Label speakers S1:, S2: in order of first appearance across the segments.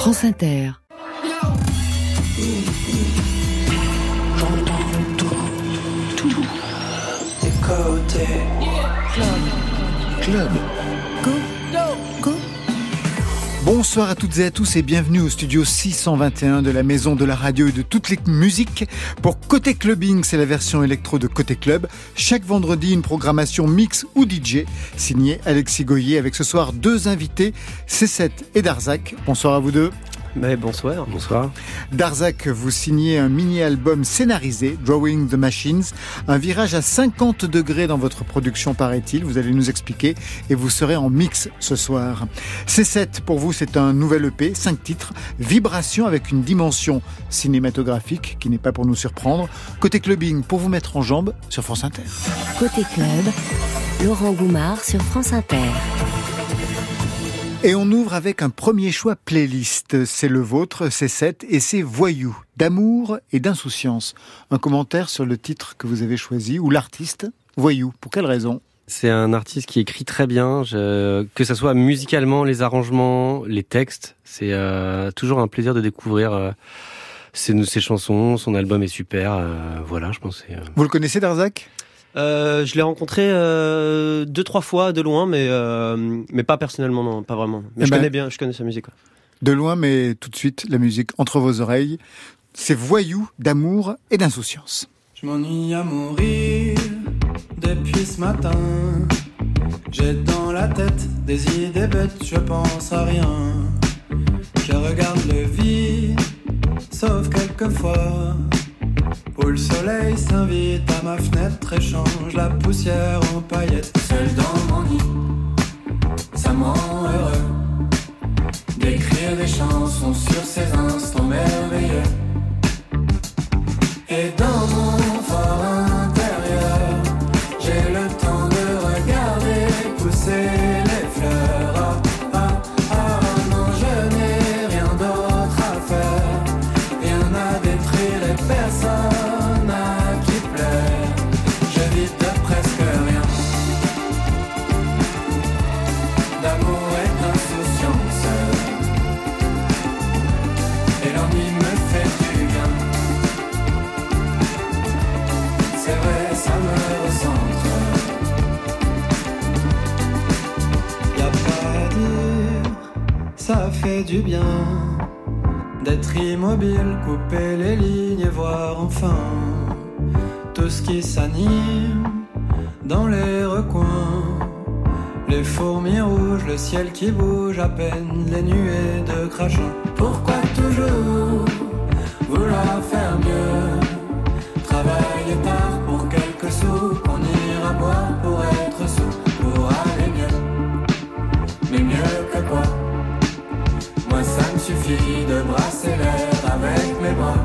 S1: France Inter.
S2: J'entends tout des côtés.
S1: Club. Go.
S3: Bonsoir à toutes et à tous et bienvenue au studio 621 de la Maison de la Radio et de toutes les musiques pour Côté Clubbing, c'est la version électro de Côté Club. Chaque vendredi, une programmation mix ou DJ, signée Alexis Goyer avec ce soir deux invités, C7 et Darzac. Bonsoir à vous deux.
S4: Mais bonsoir.
S5: Bonsoir.
S3: Darzac, vous signez un mini-album scénarisé, Drawing the Machines, un virage à 50 degrés dans votre production, paraît-il. Vous allez nous expliquer et vous serez en mix ce soir. C7, pour vous, c'est un nouvel EP, 5 titres, vibration avec une dimension cinématographique qui n'est pas pour nous surprendre. Côté clubbing, pour vous mettre en jambes sur France Inter.
S6: Côté club, Laurent Goumard sur France Inter.
S3: Et on ouvre avec un premier choix playlist. C'est le vôtre, C7, et c'est Voyou, d'amour et d'insouciance. Un commentaire sur le titre que vous avez choisi, ou l'artiste, Voyou. Pour quelle raison ?
S4: C'est un artiste qui écrit très bien, que ça soit musicalement, les arrangements, les textes. C'est toujours un plaisir de découvrir ses chansons, son album est super. Voilà, je pense.
S3: Vous le connaissez, Darzac ?
S4: Je l'ai rencontré 2-3 fois de loin, mais pas personnellement, non, pas vraiment. Mais je connais sa musique. Quoi.
S3: De loin, mais tout de suite, la musique entre vos oreilles. C'est Voyou, d'amour et d'insouciance.
S2: Je m'ennuie à mourir depuis ce matin. J'ai dans la tête des idées bêtes, je pense à rien. Je regarde le vide, sauf quelquefois où le soleil s'invite à ma fenêtre et change la poussière en paillettes. Seul dans mon lit, ça me rend heureux d'écrire des chansons sur ces instants merveilleux. Et dans mon fort intérieur, j'ai le temps de regarder pousser les fleurs. Non, je n'ai rien d'autre à faire, rien à détruire et personne à qui plaire. Je vis de presque rien, d'amour et d'insouciance, et l'ennui me fait du bien. C'est vrai, ça me recentre. Y'a pas à dire, ça fait du bien d'être immobile, couper les lignes et voir enfin tout ce qui s'anime dans les recoins. Les fourmis rouges, le ciel qui bouge à peine, les nuées de crachin. Pourquoi toujours vouloir faire mieux? Travailler tard pour quelques sous, qu'on ira boire pour être sous, pour aller mieux. Mais mieux que quoi? Moi ça me suffit de brasser l'air avec mes bras.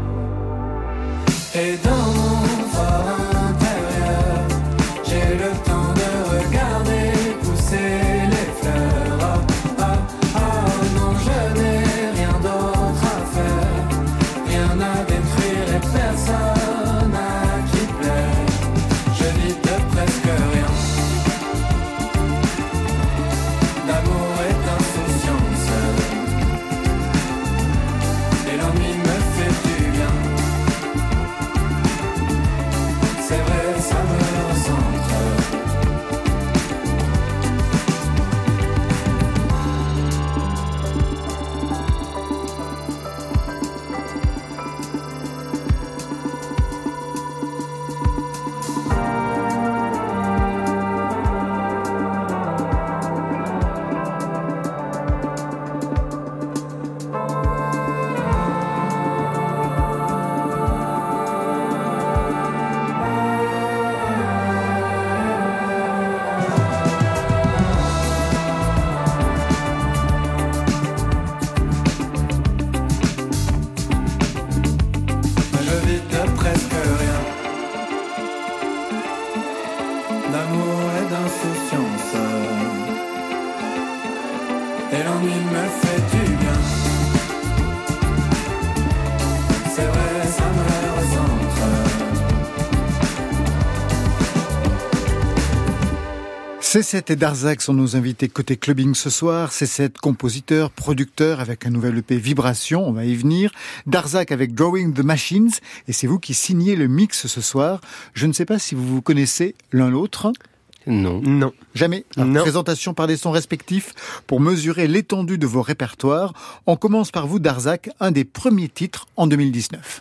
S2: Et dans mon fort intérieur, j'ai le temps de regarder pousser les fleurs. Non, je n'ai rien d'autre à faire, rien à détruire et personne à qui plaire. Je vis de presque rien, d'amour et d'insouciance, et l'ennui me fait du bien.
S3: C7 et Darzac sont nos invités côté clubbing ce soir. C7, compositeur, producteur avec un nouvel EP Vibration, on va y venir. Darzac avec Drawing the Machines, et c'est vous qui signez le mix ce soir. Je ne sais pas si vous vous connaissez l'un l'autre.
S4: Non.
S3: Jamais. Alors, présentation par des sons respectifs pour mesurer l'étendue de vos répertoires. On commence par vous, Darzac, un des premiers titres en 2019.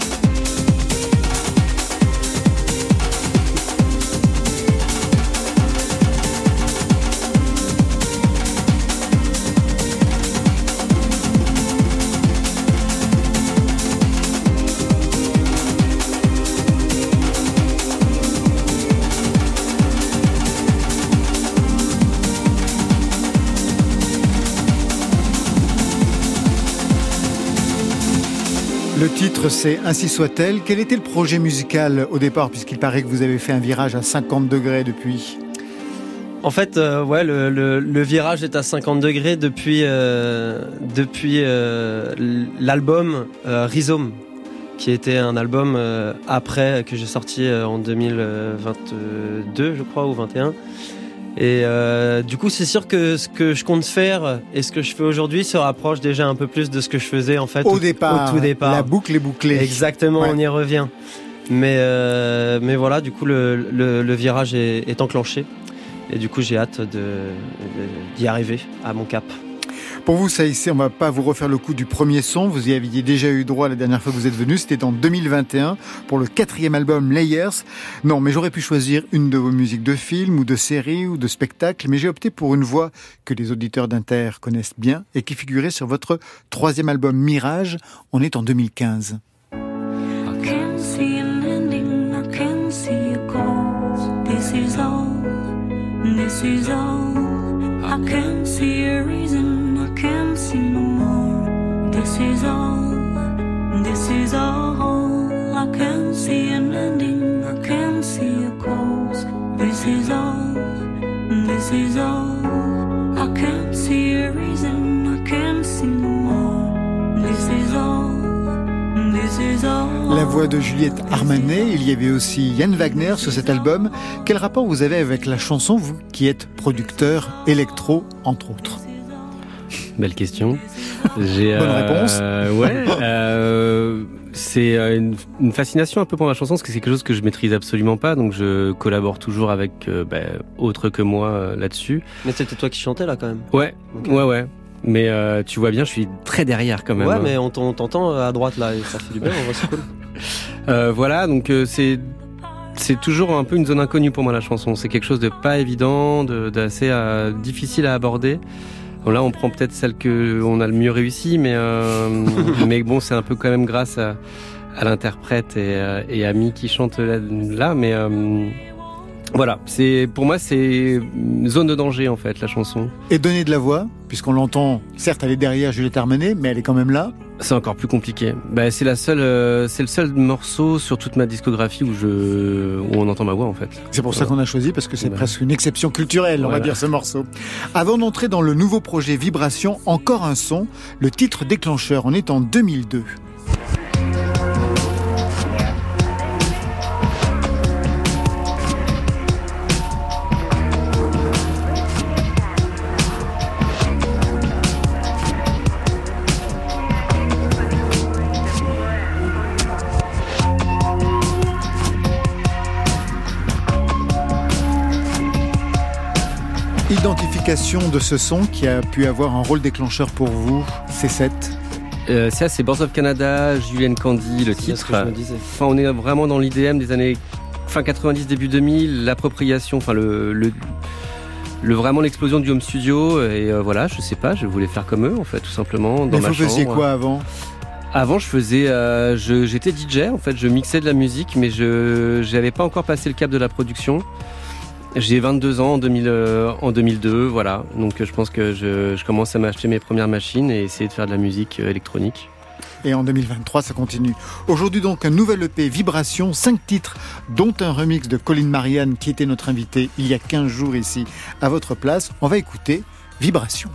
S3: Le titre, c'est Ainsi soit-elle. Quel était le projet musical au départ, puisqu'il paraît que vous avez fait un virage à 50 degrés depuis ?
S1: En fait, le virage est à 50 degrés depuis l'album Rhizome, qui était un album après que j'ai sorti en 2022, je crois, ou 21. Et du coup, c'est sûr que ce que je compte faire et ce que je fais aujourd'hui se rapproche déjà un peu plus de ce que je faisais en fait
S3: au tout départ. La boucle est bouclée.
S1: Exactement, ouais. On y revient. Mais voilà, du coup, le virage est enclenché. Et du coup, j'ai hâte d'y arriver à mon cap.
S3: Pour vous, ça ici, on va pas vous refaire le coup du premier son. Vous y aviez déjà eu droit la dernière fois que vous êtes venu. C'était en 2021 pour le 4e album Layers. Non, mais j'aurais pu choisir une de vos musiques de film ou de série ou de spectacle. Mais j'ai opté pour une voix que les auditeurs d'Inter connaissent bien et qui figurait sur votre 3e album Mirage. On est en 2015.
S5: This is all. I can't see a reason. I can't see no more. This is all. This is all. I can't see an ending. I can't see a cause. This is all. This is all. I can't see a reason. I can't see no more. This is all. This is all.
S3: La voix de Juliette Armanet, il y avait aussi Yann Wagner sur cet album. Quel rapport vous avez avec la chanson, vous qui êtes producteur électro, entre autres ?
S4: Belle question.
S3: Bonne réponse.
S4: C'est une fascination un peu pour la chanson, parce que c'est quelque chose que je maîtrise absolument pas, donc je collabore toujours avec autre que moi là-dessus.
S1: Mais c'était toi qui chantais là quand même.
S4: Ouais, okay. Ouais. Mais tu vois bien, je suis très derrière quand même.
S1: Ouais, mais on t'entend à droite là, et ça fait du bien, en vrai, c'est cool.
S4: Voilà, donc c'est toujours un peu une zone inconnue pour moi la chanson. C'est quelque chose de pas évident, d'assez difficile à aborder. Bon, là, on prend peut-être celle que on a le mieux réussi, mais bon, c'est un peu quand même grâce à l'interprète et Ami qui chante là, mais voilà, pour moi c'est une zone de danger en fait la chanson.
S3: Et donner de la voix, puisqu'on l'entend, certes elle est derrière Juliette Armanet, mais elle est quand même là.
S4: C'est encore plus compliqué. C'est le seul morceau sur toute ma discographie où on entend ma voix en fait.
S3: C'est pour ça qu'on a choisi, parce que c'est presque une exception culturelle, on va dire, ce morceau. Avant d'entrer dans le nouveau projet Vibration, encore un son, le titre déclencheur, on est en 2002. Identification de ce son qui a pu avoir un rôle déclencheur pour vous, C7.
S4: C'est Birds of Canada, Julian Candy, le titre.
S1: C'est ce que je me disais.
S4: Enfin, on est vraiment dans l'IDM des années fin 90, début 2000, l'appropriation, enfin vraiment l'explosion du home studio. Et voilà, je sais pas, je voulais faire comme eux en fait, tout simplement. Dans
S3: Mais vous faisiez quoi avant ?
S4: Avant, j'étais DJ en fait, je mixais de la musique, mais j'avais pas encore passé le cap de la production. J'ai 22 ans en 2002, voilà. Donc je pense que je commence à m'acheter mes premières machines et essayer de faire de la musique électronique.
S3: Et en 2023, ça continue. Aujourd'hui donc, un nouvel EP Vibration, 5 titres, dont un remix de Colin Marianne, qui était notre invité il y a 15 jours ici, à votre place. On va écouter Vibration.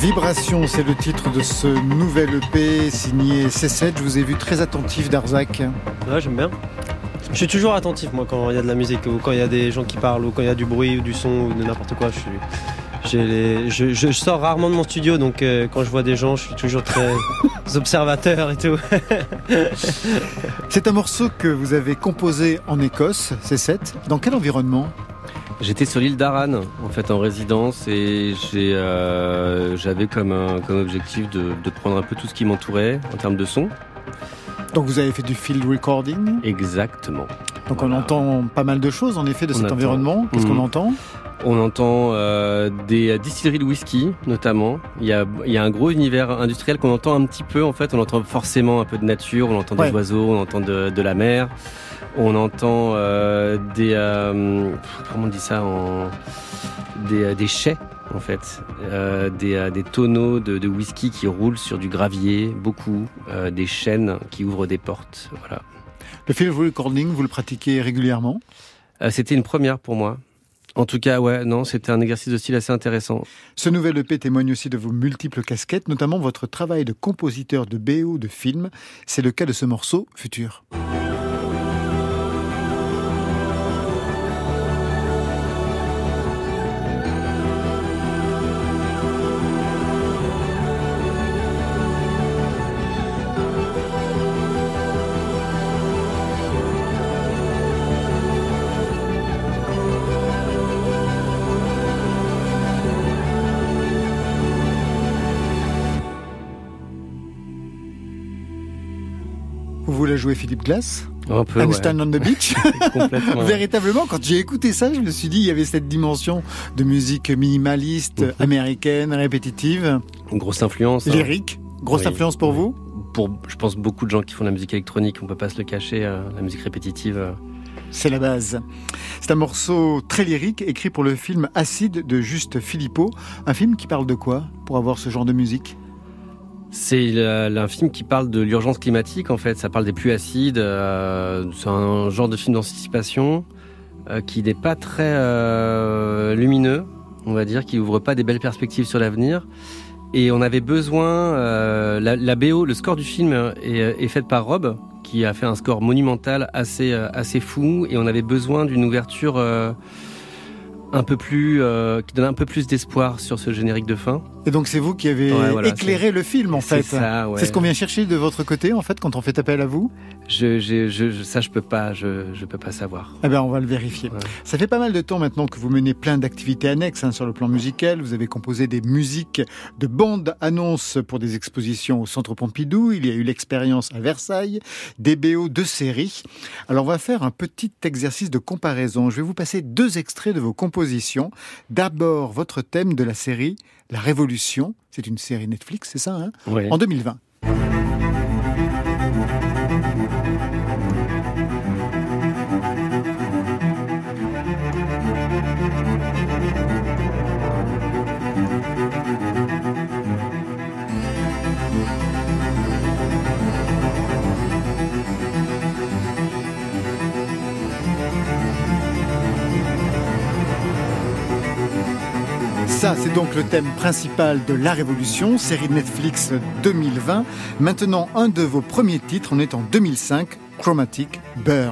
S3: Vibration, c'est le titre de ce nouvel EP signé C7. Je vous ai vu très attentif, Darzac.
S1: Ouais, j'aime bien. Je suis toujours attentif, moi, quand il y a de la musique, ou quand il y a des gens qui parlent, ou quand il y a du bruit, ou du son, ou de n'importe quoi. Je sors rarement de mon studio, donc quand je vois des gens, je suis toujours très observateur et tout.
S3: C'est un morceau que vous avez composé en Écosse, C7. Dans quel environnement ?
S4: J'étais sur l'île d'Arran, en fait, en résidence, et j'avais comme objectif de prendre un peu tout ce qui m'entourait en termes de son.
S3: Donc vous avez fait du field recording ?
S4: Exactement.
S3: Donc voilà. On entend pas mal de choses, en effet, de cet environnement. Qu'est-ce qu'on entend ?
S4: On entend des distilleries de whisky, notamment. Il y a un gros univers industriel qu'on entend un petit peu, en fait. On entend forcément un peu de nature, on entend des oiseaux, on entend de la mer. On entend comment on dit ça, des chais, en fait, des tonneaux de whisky qui roulent sur du gravier, beaucoup, des chênes qui ouvrent des portes, voilà.
S3: Le field recording, vous le pratiquez régulièrement ?
S4: C'était une première pour moi. En tout cas, c'était un exercice de style assez intéressant.
S3: Ce nouvel EP témoigne aussi de vos multiples casquettes, notamment votre travail de compositeur de BO de films. C'est le cas de ce morceau, Futur. Vous voulez jouer Philippe Glass ?
S4: Un peu,
S3: Einstein on the Beach.
S4: Complètement.
S3: Véritablement, quand j'ai écouté ça, je me suis dit il y avait cette dimension de musique minimaliste, américaine, répétitive.
S4: Une grosse influence.
S3: Lyrique. Grosse influence pour vous ?
S4: Pour, je pense, beaucoup de gens qui font de la musique électronique, on peut pas se le cacher, la musique répétitive.
S3: C'est la base. C'est un morceau très lyrique, écrit pour le film Acide de Juste Philippot. Un film qui parle de quoi, pour avoir ce genre de musique ?
S4: C'est un film qui parle de l'urgence climatique, en fait. Ça parle des pluies acides. C'est un genre de film d'anticipation qui n'est pas très lumineux, on va dire, qui ouvre pas des belles perspectives sur l'avenir. Et on avait besoin... la BO, le score du film est fait par Rob, qui a fait un score monumental assez fou. Et on avait besoin d'une ouverture un peu plus... qui donne un peu plus d'espoir sur ce générique de fin.
S3: Et donc c'est vous qui avez éclairé le film, en fait. C'est ce qu'on vient chercher de votre côté, en fait, quand on fait appel à vous ?
S4: Ça, je peux pas savoir.
S3: Eh ben, on va le vérifier. Ouais. Ça fait pas mal de temps maintenant que vous menez plein d'activités annexes sur le plan musical. Vous avez composé des musiques de bandes-annonces pour des expositions au Centre Pompidou. Il y a eu l'expérience à Versailles, des BO de séries. Alors, on va faire un petit exercice de comparaison. Je vais vous passer 2 extraits de vos compositions. D'abord, votre thème de la série La Révolution. C'est une série Netflix, c'est ça, hein ?
S4: Oui.
S3: En 2020. Ça, c'est donc le thème principal de La Révolution, série Netflix 2020. Maintenant, un de vos premiers titres, on est en 2005, Chromatic Bird.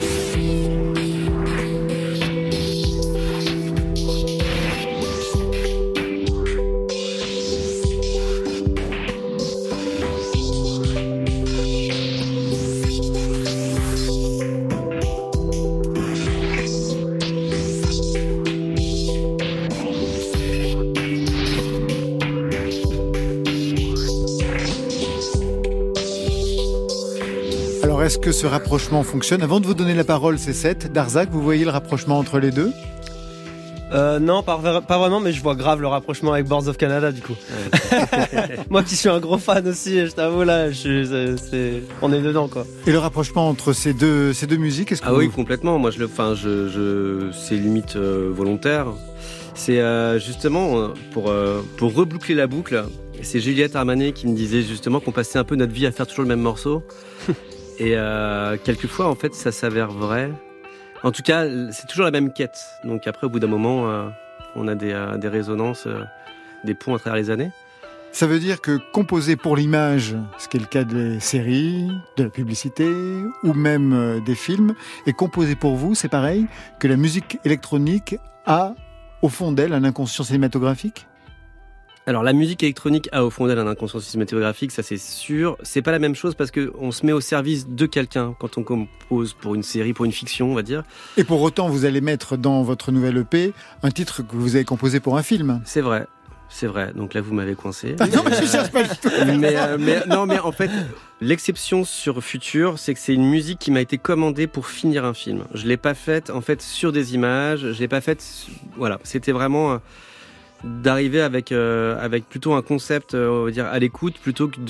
S3: Est-ce que ce rapprochement fonctionne ? Avant de vous donner la parole, C7, Darzac, vous voyez le rapprochement entre les deux ?
S1: Non, pas vraiment, mais je vois grave le rapprochement avec Boards of Canada, du coup. Moi qui suis un gros fan aussi, je t'avoue, là, on est dedans, quoi.
S3: Et le rapprochement entre ces deux musiques, est-ce que
S4: oui, complètement. Moi, c'est limite volontaire. C'est justement pour reboucler la boucle. C'est Juliette Armanet qui me disait justement qu'on passait un peu notre vie à faire toujours le même morceau. Et quelquefois, en fait, ça s'avère vrai. En tout cas, c'est toujours la même quête. Donc après, au bout d'un moment, on a des résonances, des ponts à travers les années.
S3: Ça veut dire que composer pour l'image, ce qui est le cas des séries, de la publicité ou même des films, et composer pour vous, c'est pareil que la musique électronique a au fond d'elle un inconscient cinématographique ?
S4: Alors la musique électronique a au fond d'elle un inconscient cinématographique, ça c'est sûr. C'est pas la même chose parce qu'on se met au service de quelqu'un quand on compose pour une série, pour une fiction, on va dire.
S3: Et pour autant, vous allez mettre dans votre nouvelle EP un titre que vous avez composé pour un film.
S4: C'est vrai. Donc là, vous m'avez coincé.
S3: Non, mais je cherche pas du tout.
S4: mais en fait, l'exception sur Futur, c'est que c'est une musique qui m'a été commandée pour finir un film. Je l'ai pas faite en fait sur des images. Je l'ai pas faite. Voilà, c'était vraiment d'arriver avec plutôt un concept, on va dire, à l'écoute, plutôt que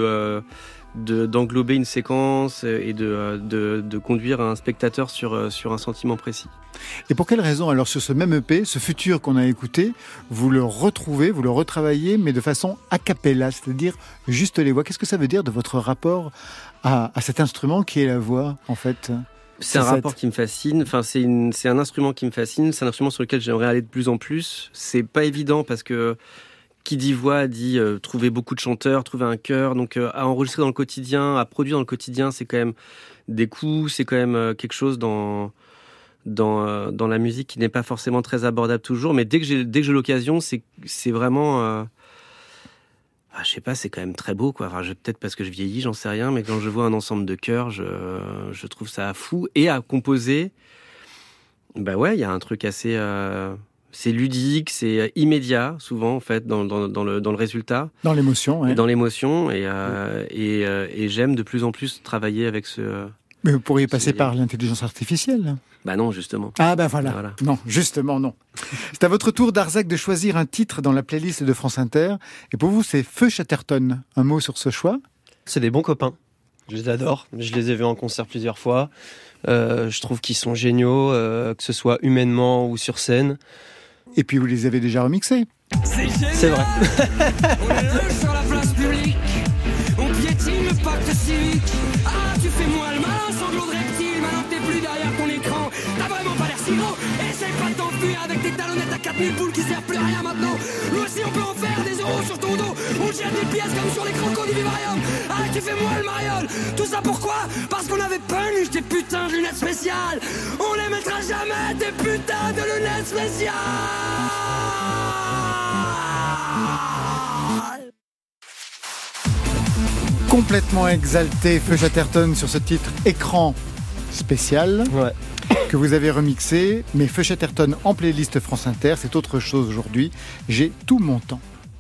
S4: d'englober une séquence et de conduire un spectateur sur un sentiment précis.
S3: Et pour quelle raison, alors, sur ce même EP, ce Futur qu'on a écouté, vous le retrouvez, vous le retravaillez, mais de façon a cappella, c'est-à-dire juste les voix. Qu'est-ce que ça veut dire de votre rapport à cet instrument qui est la voix, en fait ?
S4: C'est un rapport qui me fascine. Enfin, c'est un instrument qui me fascine. C'est un instrument sur lequel j'aimerais aller de plus en plus. C'est pas évident parce que qui dit voix dit trouver beaucoup de chanteurs, trouver un chœur. Donc à enregistrer dans le quotidien, à produire dans le quotidien, c'est quand même des coûts. C'est quand même quelque chose dans la musique qui n'est pas forcément très abordable toujours. Mais dès que j'ai l'occasion, c'est vraiment je sais pas, c'est quand même très beau, quoi. Enfin, peut-être parce que je vieillis, j'en sais rien, mais quand je vois un ensemble de chœurs, je trouve ça fou. Et à composer, bah ouais, il y a un truc assez, c'est ludique, c'est immédiat, souvent, en fait, dans le résultat.
S3: Dans l'émotion, ouais.
S4: Dans l'émotion, et j'aime de plus en plus travailler avec ce...
S3: Mais vous pourriez passer par l'intelligence artificielle.
S4: Bah non, justement.
S3: Ah ben voilà. Non, justement non. C'est à votre tour, Darzac, de choisir un titre dans la playlist de France Inter. Et pour vous, c'est Feu Chatterton. Un mot sur ce choix ?
S1: C'est des bons copains. Je les adore. Je les ai vus en concert plusieurs fois. Je trouve qu'ils sont géniaux, que ce soit humainement ou sur scène.
S3: Et puis vous les avez déjà remixés.
S1: C'est vrai.
S7: On est là sur la place publique. On piétine le pacte civique. Ah, tu fais moi le malin, sanglot de reptile. Maintenant que t'es plus derrière ton écran, t'as vraiment pas l'air si gros. Essaye pas de t'enfuir avec tes talonnettes à 4000 boules qui servent plus à rien maintenant. Nous aussi on peut en faire des euros sur ton dos. On jette des pièces comme sur les crocos du vivarium. Ah, tu fais moi le mariole. Tout ça pourquoi ? Parce qu'on avait punch des putains de lunettes spéciales. On les mettra jamais, des putains de lunettes spéciales.
S3: Complètement exalté, Feu Chatterton, sur ce titre Écran spécial,
S1: Ouais.
S3: que vous avez remixé. Mais Feu Chatterton en playlist France Inter, c'est autre chose aujourd'hui. J'ai tout mon temps.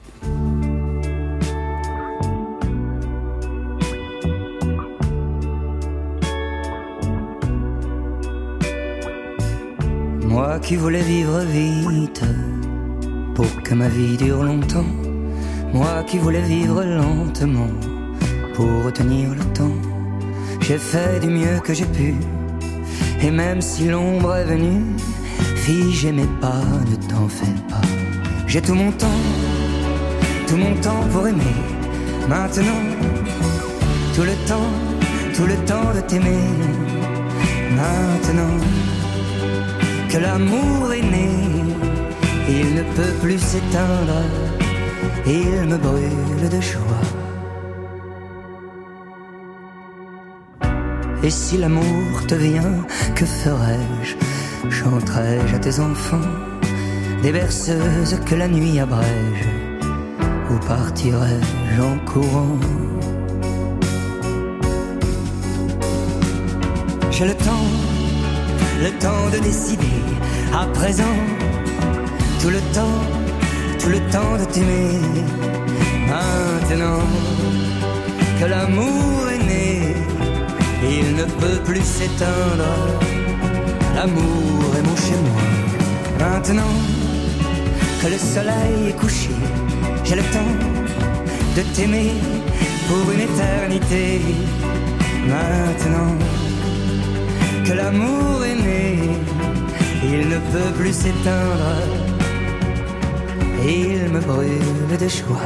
S7: Moi qui voulais vivre vite pour que ma vie dure longtemps. Moi qui voulais vivre lentement pour retenir le temps. J'ai fait du mieux que j'ai pu. Et même si l'ombre est venue, figez mes pas, ne t'en fais pas. J'ai tout mon temps pour aimer. Maintenant, tout le temps de t'aimer. Maintenant que l'amour est né, il ne peut plus s'éteindre, il me brûle de joie. Et si l'amour te vient, que ferais-je ? Chanterais-je à tes enfants des berceuses que la nuit abrège, ou partirais-je en courant ? J'ai le temps de décider à présent, tout le temps de t'aimer. Maintenant que l'amour est né, il ne peut plus s'éteindre, l'amour est mon chez-moi. Maintenant que le soleil est couché, j'ai le temps de t'aimer pour une éternité. Maintenant que l'amour est né, il ne peut plus s'éteindre, il me brûle de joie,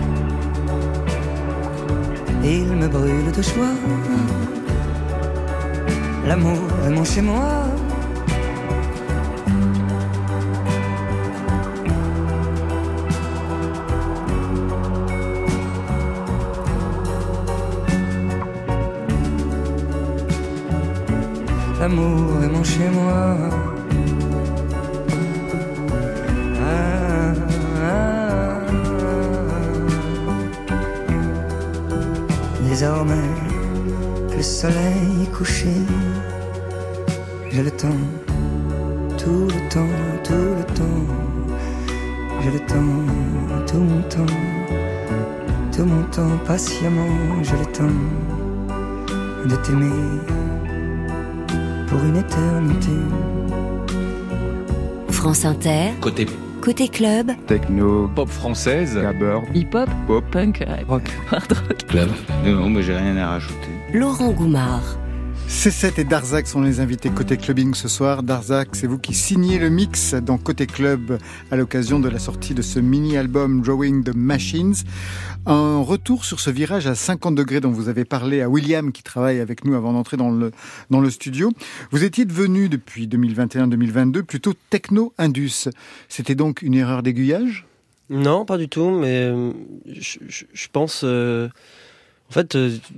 S7: il me brûle de joie. L'amour est mon chez-moi.
S2: chez moi. Désormais que le soleil est couché, j'ai le temps, tout le temps, tout le temps. J'ai le temps, tout mon temps, patiemment, j'ai le temps de t'aimer pour une éternité.
S6: France Inter, côté club,
S8: techno,
S9: pop française,
S8: gabber,
S10: hip-hop,
S8: pop,
S10: punk, rock, hard rock,
S9: club.
S11: Non, mais j'ai rien à rajouter.
S6: Laurent Goumard.
S3: C7 et Darzac sont les invités côté clubbing ce soir. Darzac, c'est vous qui signez le mix dans Côté Club à l'occasion de la sortie de ce mini-album Drawing the Machines. Un retour sur ce virage à 50 degrés dont vous avez parlé à William qui travaille avec nous avant d'entrer dans le studio. Vous étiez devenu depuis 2021-2022 plutôt techno-indus. C'était donc une erreur d'aiguillage ?
S1: Non, pas du tout, mais je pense... en fait...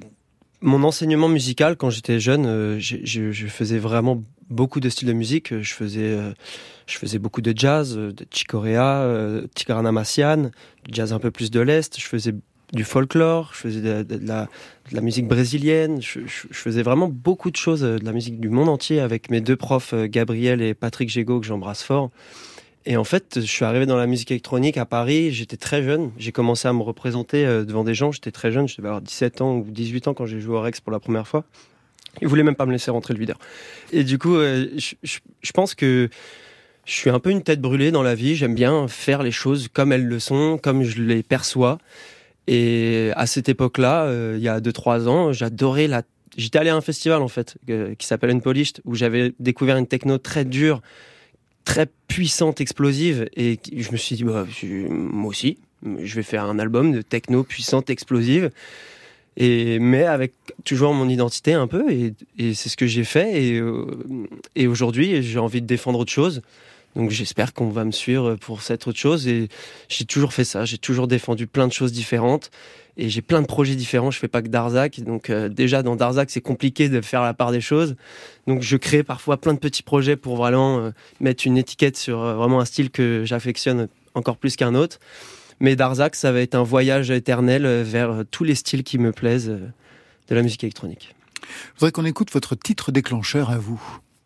S1: mon enseignement musical, quand j'étais jeune, je faisais vraiment beaucoup de styles de musique. Je faisais beaucoup de jazz, de Chicorea, Ticrana Massiane, du jazz un peu plus de l'Est. Je faisais du folklore, je faisais de la musique brésilienne. Je faisais vraiment beaucoup de choses, de la musique du monde entier avec mes deux profs, Gabriel et Patrick Gégaud, que j'embrasse fort. Et en fait, je suis arrivé dans la musique électronique à Paris, j'étais très jeune, j'ai commencé à me représenter devant des gens, j'étais très jeune, je devais avoir 17 ans ou 18 ans quand j'ai joué au Rex pour la première fois. Ils voulaient même pas me laisser rentrer le videur. Et du coup, je pense que je suis un peu une tête brûlée dans la vie, j'aime bien faire les choses comme elles le sont, comme je les perçois. Et à cette époque-là, il y a 2-3 ans, j'étais allé à un festival en fait, qui s'appelle Unpolished, où j'avais découvert une techno très dure, très puissante, explosive, et je me suis dit moi aussi je vais faire un album de techno puissante, explosive, mais avec toujours mon identité un peu, et c'est ce que j'ai fait, et aujourd'hui j'ai envie de défendre autre chose, donc j'espère qu'on va me suivre pour cette autre chose, et j'ai toujours fait ça, j'ai toujours défendu plein de choses différentes, et j'ai plein de projets différents, je fais pas que Darzac, donc déjà dans Darzac c'est compliqué de faire la part des choses, donc je crée parfois plein de petits projets pour vraiment mettre une étiquette sur vraiment un style que j'affectionne encore plus qu'un autre, mais Darzac ça va être un voyage éternel vers tous les styles qui me plaisent de la musique électronique.
S3: Je voudrais qu'on écoute votre titre déclencheur à vous.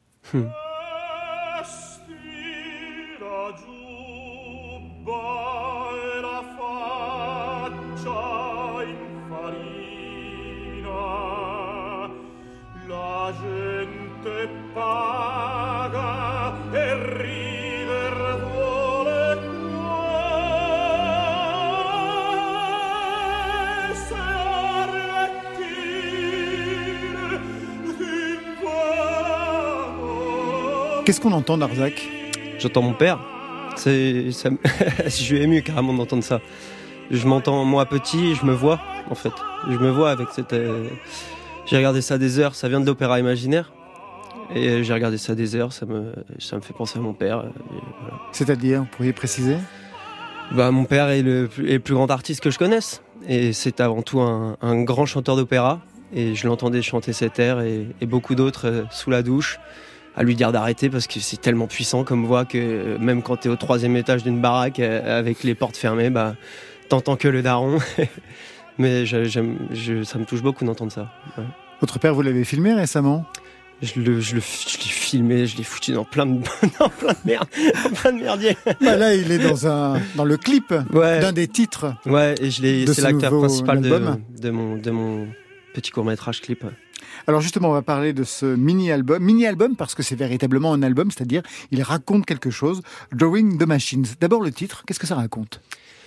S3: Qu'est-ce qu'on entend, Darzac ?
S1: J'entends mon père. Je suis ému carrément d'entendre ça. Je m'entends moi petit, je me vois en fait. Je me vois avec cette... J'ai regardé ça des heures, ça vient de l'opéra imaginaire. Et j'ai regardé ça des heures, ça me fait penser à mon père. Voilà.
S3: C'est-à-dire, vous pourriez préciser ?
S1: Mon père est le plus grand artiste que je connaisse. Et c'est avant tout un grand chanteur d'opéra. Et je l'entendais chanter cet air et beaucoup d'autres sous la douche, à lui dire d'arrêter parce que c'est tellement puissant comme voix que même quand t'es au 3e étage d'une baraque avec les portes fermées, t'entends que le daron. Mais ça me touche beaucoup d'entendre ça. Ouais.
S3: Votre père, vous l'avez filmé récemment ?
S1: Je l'ai filmé, je l'ai foutu dans plein de merde, dans plein de merdier.
S3: Là, il est dans le clip d'un des titres.
S1: Ouais, et c'est l'acteur principal de mon petit court-métrage clip.
S3: Alors justement, on va parler de ce mini-album parce que c'est véritablement un album, c'est-à-dire il raconte quelque chose, Drawing the Machines. D'abord le titre, qu'est-ce que ça raconte ?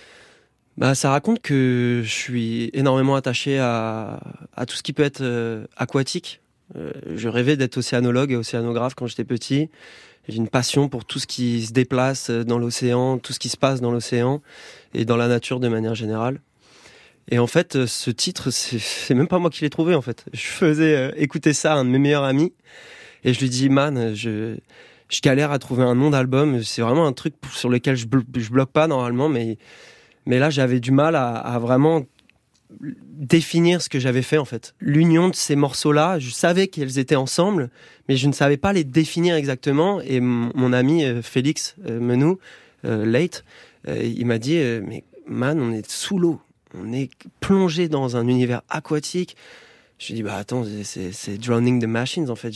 S1: Ça raconte que je suis énormément attaché à tout ce qui peut être aquatique. Je rêvais d'être océanologue et océanographe quand j'étais petit. J'ai une passion pour tout ce qui se déplace dans l'océan, tout ce qui se passe dans l'océan et dans la nature de manière générale. Et en fait, ce titre, c'est même pas moi qui l'ai trouvé, en fait. Je faisais écouter ça à un de mes meilleurs amis. Et je lui dis, je galère à trouver un nom d'album. C'est vraiment un truc sur lequel je bloque pas normalement. Mais là, j'avais du mal à vraiment définir ce que j'avais fait en fait. L'union de ces morceaux-là, je savais qu'elles étaient ensemble, mais je ne savais pas les définir exactement. Et mon ami Félix Menou, Late, il m'a dit mais man, on est sous l'eau, on est plongé dans un univers aquatique. Je lui ai dit attends, c'est Drowning the Machines en fait.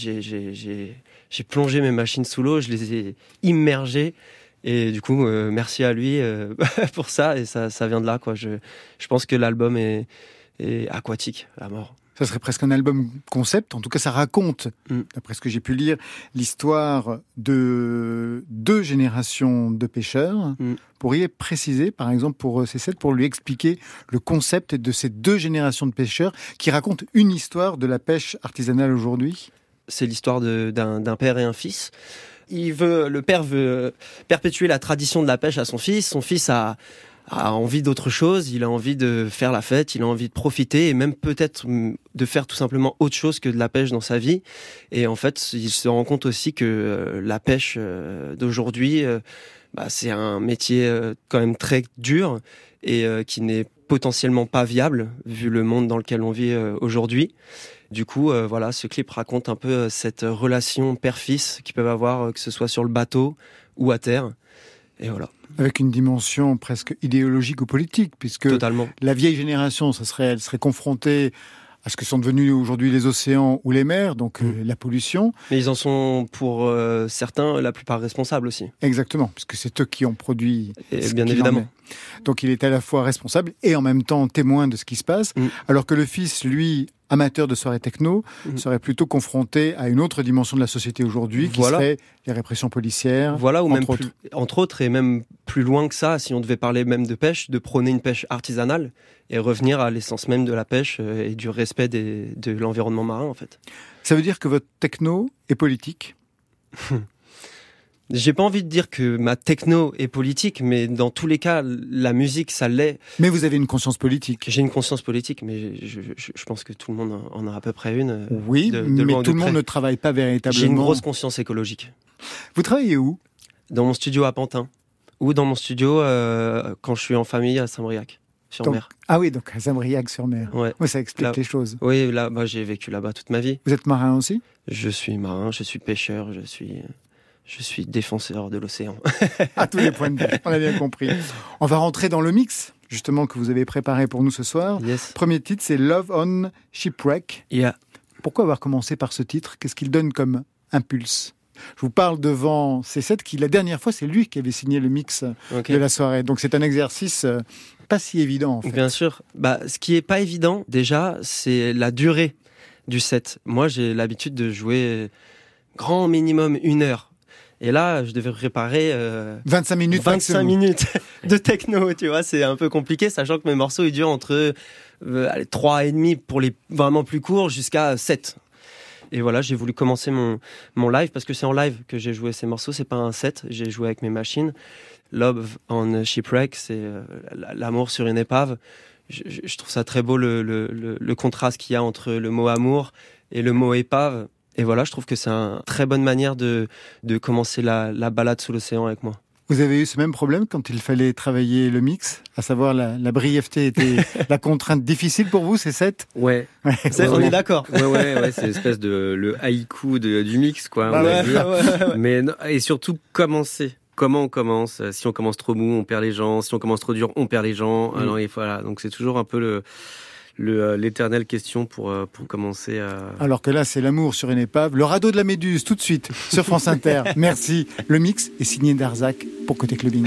S1: J'ai plongé mes machines sous l'eau, je les ai immergées. Et du coup, merci à lui pour ça. Et ça vient de là, quoi. Je pense que l'album est aquatique à mort.
S3: Ça serait presque un album concept. En tout cas, ça raconte, d'après ce que j'ai pu lire, l'histoire de 2 générations de pêcheurs. Pourriez préciser, par exemple, pour C7, pour lui expliquer le concept de ces 2 générations de pêcheurs qui racontent une histoire de la pêche artisanale aujourd'hui?
S1: C'est l'histoire d'un père et un fils. Le père veut perpétuer la tradition de la pêche à son fils. Son fils a envie d'autre chose. Il a envie de faire la fête. Il a envie de profiter et même peut-être de faire tout simplement autre chose que de la pêche dans sa vie. Et en fait, il se rend compte aussi que la pêche d'aujourd'hui, c'est un métier quand même très dur et qui n'est potentiellement pas viable vu le monde dans lequel on vit aujourd'hui. Du coup, ce clip raconte un peu cette relation père-fils qu'ils peuvent avoir, que ce soit sur le bateau ou à terre. Et voilà.
S3: Avec une dimension presque idéologique ou politique, puisque
S1: totalement. La
S3: vieille génération, elle serait confrontée à ce que sont devenus aujourd'hui les océans ou les mers, donc la pollution.
S1: Mais ils en sont, pour certains, la plupart responsables aussi.
S3: Exactement, puisque c'est eux qui ont produit.
S1: Et bien évidemment.
S3: Donc il est à la fois responsable et en même temps témoin de ce qui se passe, alors que le fils, lui, amateur de soirées techno, serait plutôt confronté à une autre dimension de la société aujourd'hui, qui serait les répressions policières,
S1: ou même entre autres, et même plus loin que ça, si on devait parler même de pêche, de prôner une pêche artisanale et revenir à l'essence même de la pêche et du respect de l'environnement marin, en fait.
S3: Ça veut dire que votre techno est politique?
S1: J'ai pas envie de dire que ma techno est politique, mais dans tous les cas, la musique, ça l'est.
S3: Mais vous avez une conscience politique.
S1: J'ai une conscience politique, mais je pense que tout le monde en a à peu près une.
S3: Oui, mais tout le monde ne travaille pas véritablement.
S1: J'ai une grosse conscience écologique.
S3: Vous travaillez où?
S1: Dans mon studio à Pantin. Ou dans mon studio quand je suis en famille à Saint-Briac, sur mer.
S3: Ah oui, donc à Saint-Briac-sur-Mer.
S1: Ouais.
S3: Oui, ça explique les choses.
S1: Oui, là, j'ai vécu là-bas toute ma vie.
S3: Vous êtes marin aussi?
S1: Je suis marin, je suis pêcheur, je suis défenseur de l'océan.
S3: À tous les points de vue, on a bien compris. On va rentrer dans le mix, justement, que vous avez préparé pour nous ce soir.
S1: Yes.
S3: Premier titre, c'est Love on Shipwreck.
S1: Yeah.
S3: Pourquoi avoir commencé par ce titre? Qu'est-ce qu'il donne comme impulse? Je vous parle devant C7, qui la dernière fois, c'est lui qui avait signé le mix de la soirée. Donc c'est un exercice pas si évident, en fait.
S1: Bien sûr. Ce qui est pas évident, déjà, c'est la durée du set. Moi, j'ai l'habitude de jouer grand minimum 1 heure. Et là, je devais préparer
S3: 25 minutes
S1: de techno, tu vois, c'est un peu compliqué, sachant que mes morceaux, ils durent entre 3,5 pour les vraiment plus courts, jusqu'à 7. Et voilà, j'ai voulu commencer mon live, parce que c'est en live que j'ai joué ces morceaux, c'est pas un set, j'ai joué avec mes machines. Love on Shipwreck, c'est l'amour sur une épave. Je trouve ça très beau, le contraste qu'il y a entre le mot amour et le mot épave. Et voilà, je trouve que c'est une très bonne manière de commencer la balade sous l'océan avec moi.
S3: Vous avez eu ce même problème quand il fallait travailler le mix, à savoir la brièveté était la contrainte difficile pour vous, c'est 7?
S4: Ouais.
S1: On est d'accord.
S4: Ouais, c'est l'espèce de le haïku du mix, quoi. Ouais. Mais et surtout commencer. Comment on commence? Si on commence trop mou, on perd les gens. Si on commence trop dur, on perd les gens. Alors voilà. Donc c'est toujours un peu l'éternelle question pour commencer à...
S3: Alors que là, c'est l'amour sur une épave. Le radeau de la Méduse, tout de suite, sur France Inter. Merci. Le mix est signé Darzac pour Côté Clubbing.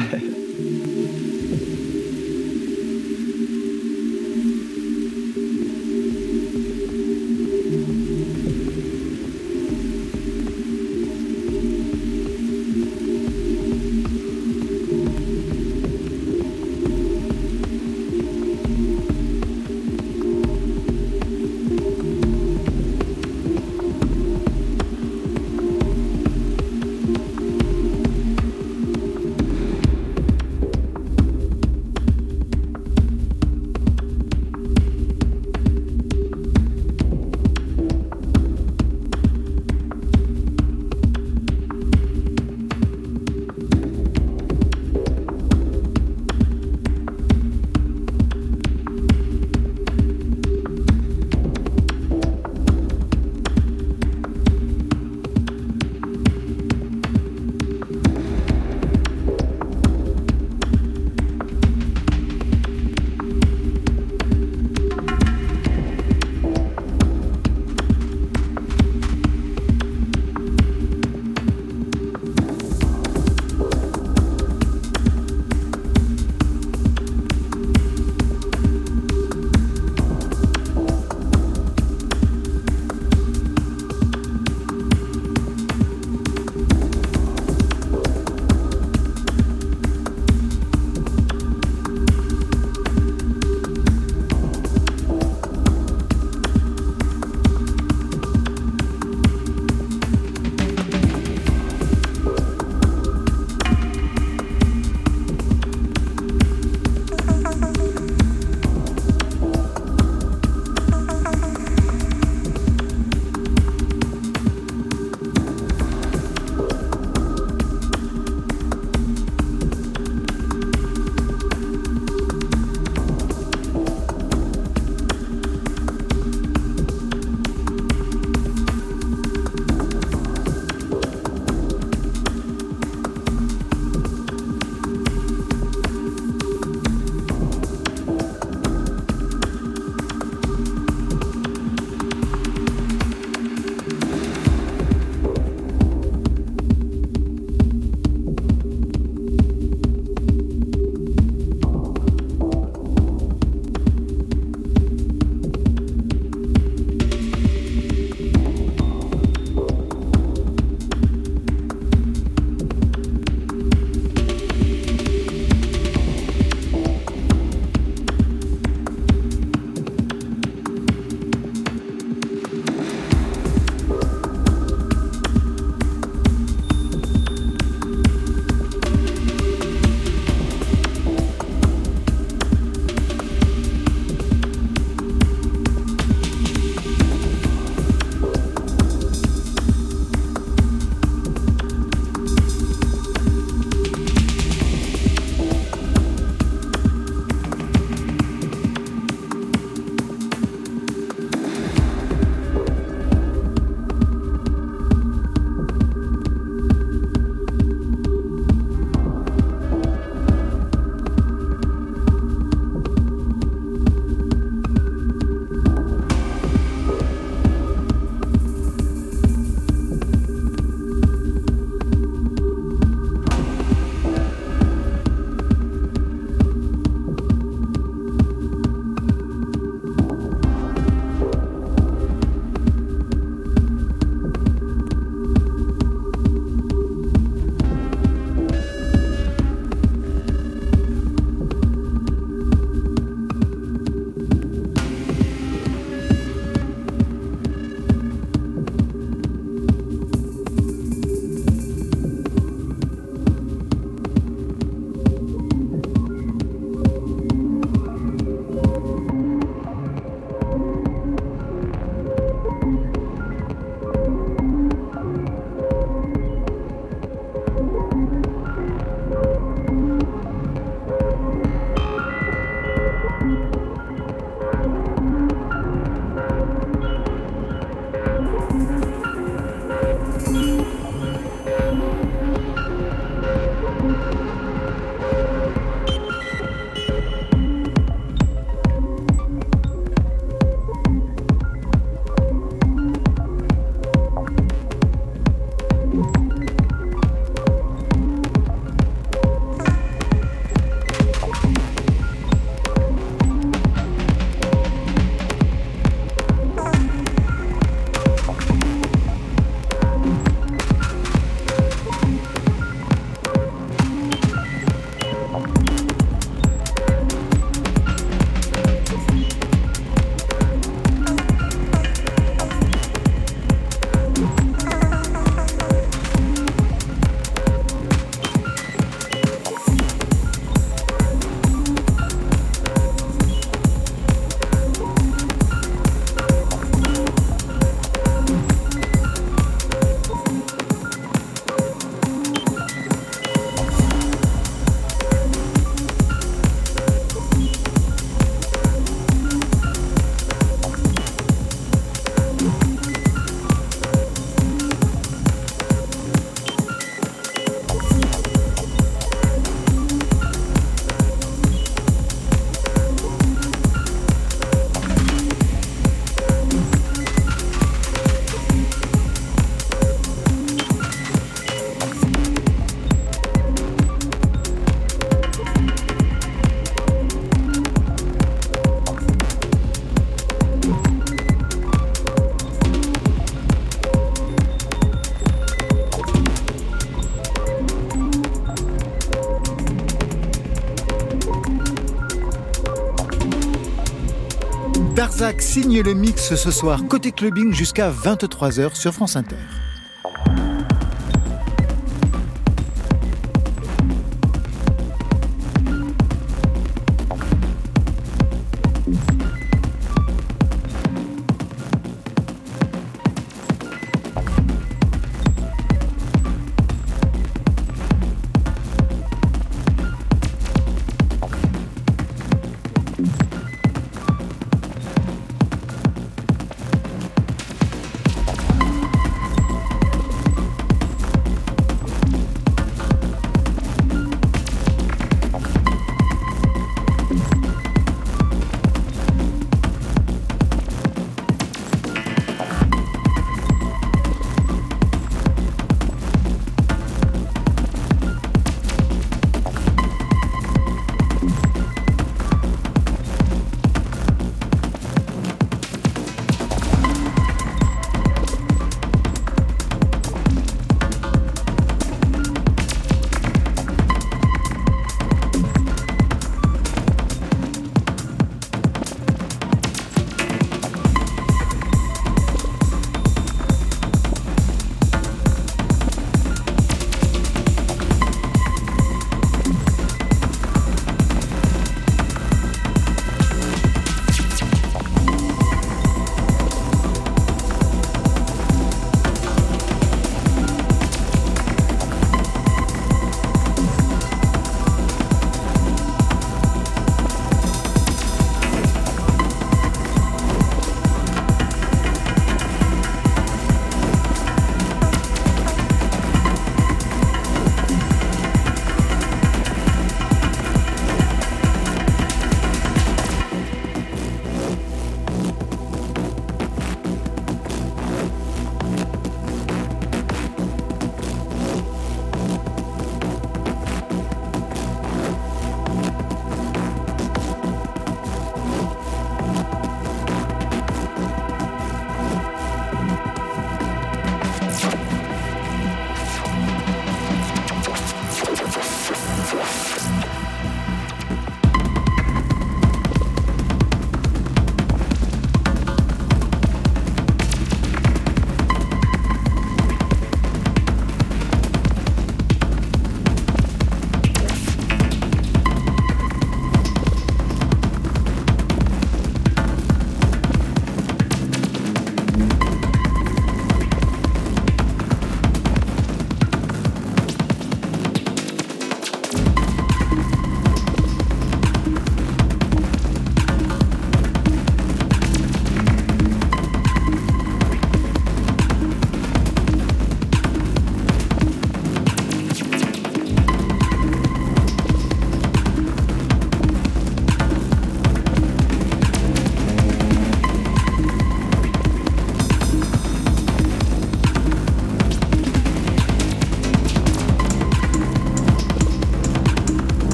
S3: Darzac signe le mix ce soir côté clubbing jusqu'à 23h sur France Inter.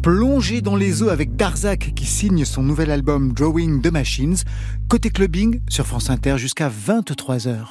S3: Plongez dans les eaux avec Darzac qui signe son nouvel album Drawing the Machines. Côté clubbing sur France Inter jusqu'à 23h.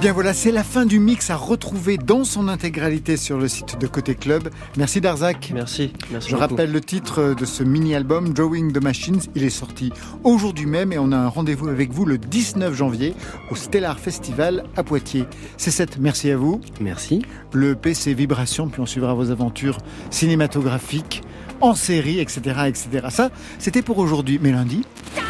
S3: bien voilà, c'est la fin du mix à retrouver dans son intégralité sur le site de Côté Club. Merci Darzac.
S1: Merci
S3: Je rappelle le titre de ce mini-album, Drawing the Machines. Il est sorti aujourd'hui même et on a un rendez-vous avec vous le 19 janvier au Stellar Festival à Poitiers. C7, merci à vous.
S4: Merci.
S3: Le EP, c'est Vibration, puis on suivra vos aventures cinématographiques, en série, etc., etc. Ça, c'était pour aujourd'hui. Mais lundi...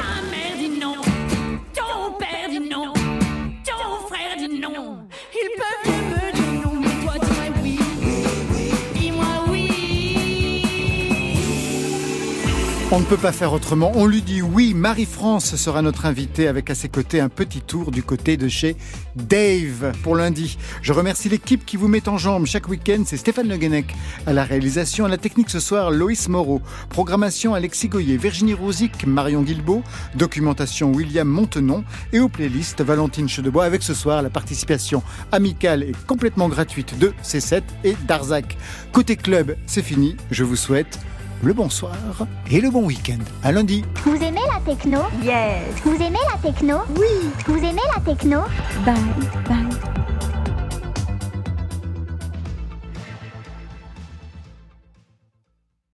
S3: On ne peut pas faire autrement. On lui dit oui. Marie-France sera notre invitée avec à ses côtés un petit tour du côté de chez Dave pour lundi. Je remercie l'équipe qui vous met en jambes chaque week-end. C'est Stéphane Le Guenec à la réalisation. À la technique ce soir, Loïs Moreau. Programmation, Alexis Goyer, Virginie Rosic, Marion Guilbault. Documentation, William Montenon. Et aux playlists, Valentine Chedebois avec ce soir la participation amicale et complètement gratuite de C7 et Darzac. Côté club, c'est fini. Je vous souhaite le bonsoir et le bon week-end. À lundi.
S8: Vous aimez la techno?
S10: Yes.
S8: Vous aimez la techno?
S10: Oui.
S8: Vous aimez la techno?
S10: Bye, bye.